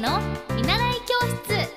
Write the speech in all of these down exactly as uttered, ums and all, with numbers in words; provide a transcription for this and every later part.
の見習い教室。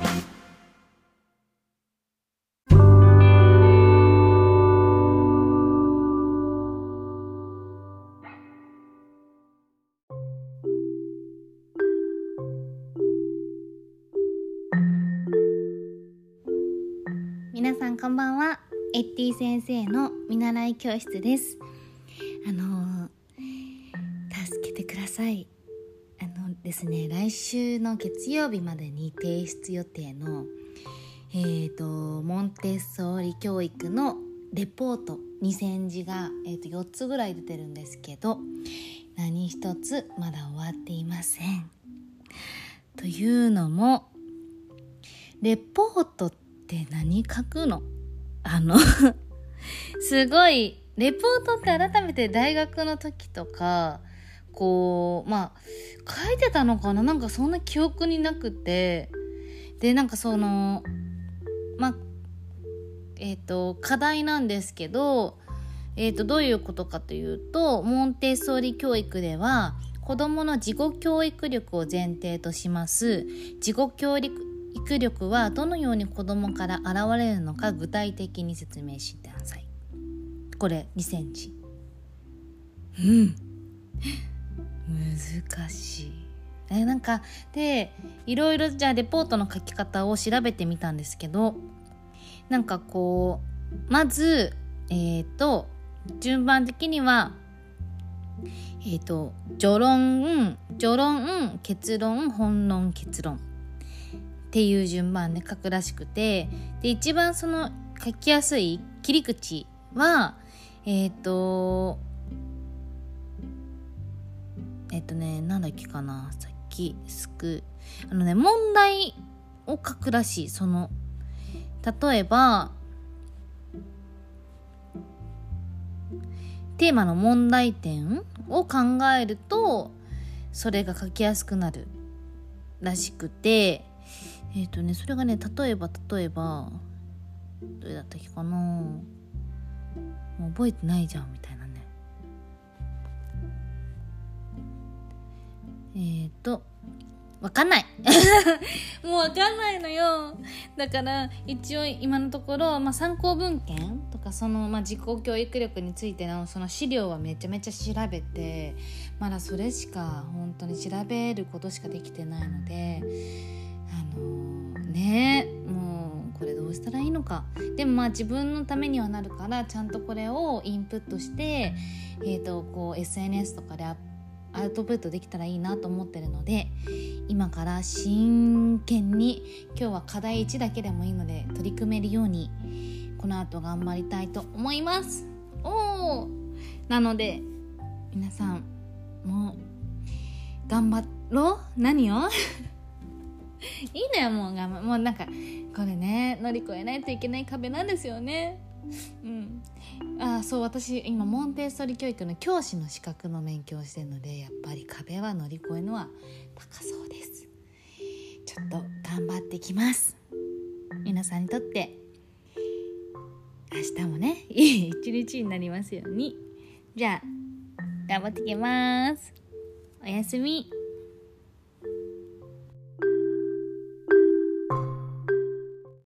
皆さんこんばんは。エッティ先生の見習い教室です。あのー、助けてください。あのですね、来週の月曜日までに提出予定のえーとモンテッソーリ教育のレポートにせんじが、えーとよっつぐらい出てるんですけど、何一つまだ終わっていません。というのも、レポートって何書くの？あのすごいレポートって改めて大学の時とかこうまあ書いてたのかな、なんかそんな記憶になくて、でなんかそのまあえっ、ー、と課題なんですけど、えっ、ー、とどういうことかというと、モンテッソーリ教育では子どもの自己教育力を前提とします自己教育力はどのように子どもから現れるのか具体的に説明してください。これにせんじ。うん難しい。えなんかでいろいろじゃあレポートの書き方を調べてみたんですけど、なんかこうまずえっ、ー、と順番的にはえっ、ー、と序論序論結論本論結論っていう順番で書くらしくて、で一番その書きやすい切り口はえっ、ー、とえっ、ー、とねなんだっけかな、さっきすくあのね問題を書くらしい。その例えばテーマの問題点を考えるとそれが書きやすくなるらしくて、えっ、ー、とねそれがね例えば例えばどれだったっけかな、もう覚えてないじゃんみたいなね。えっ、ー、とわかんないもうわかんないのよ。だから一応今のところ、まあ、参考文献とかその、まあ、自己教育力についてのその資料はめちゃめちゃ調べて、まだそれしか本当に調べることしかできてないので、あのー、ねもうこれどうしたらいいのか。でもまあ自分のためにはなるからちゃんとこれをインプットして、えーとこう エスエヌエス とかでアップアウトプットできたらいいなと思ってるので、今から真剣に今日は課題いちだけでもいいので取り組めるようにこの後頑張りたいと思います。おーなので皆さんもう頑張ろう。何をいいのよ、もう頑張もうなんかこれね乗り越えないといけない壁なんですよね。うんあそう私今モンテッソーリ教育の教師の資格の勉強をしてるので、やっぱり壁は乗り越えるのは高そうです。ちょっと頑張ってきます。皆さんにとって明日もねいい一日になりますように。じゃあ頑張ってきます。おやすみ。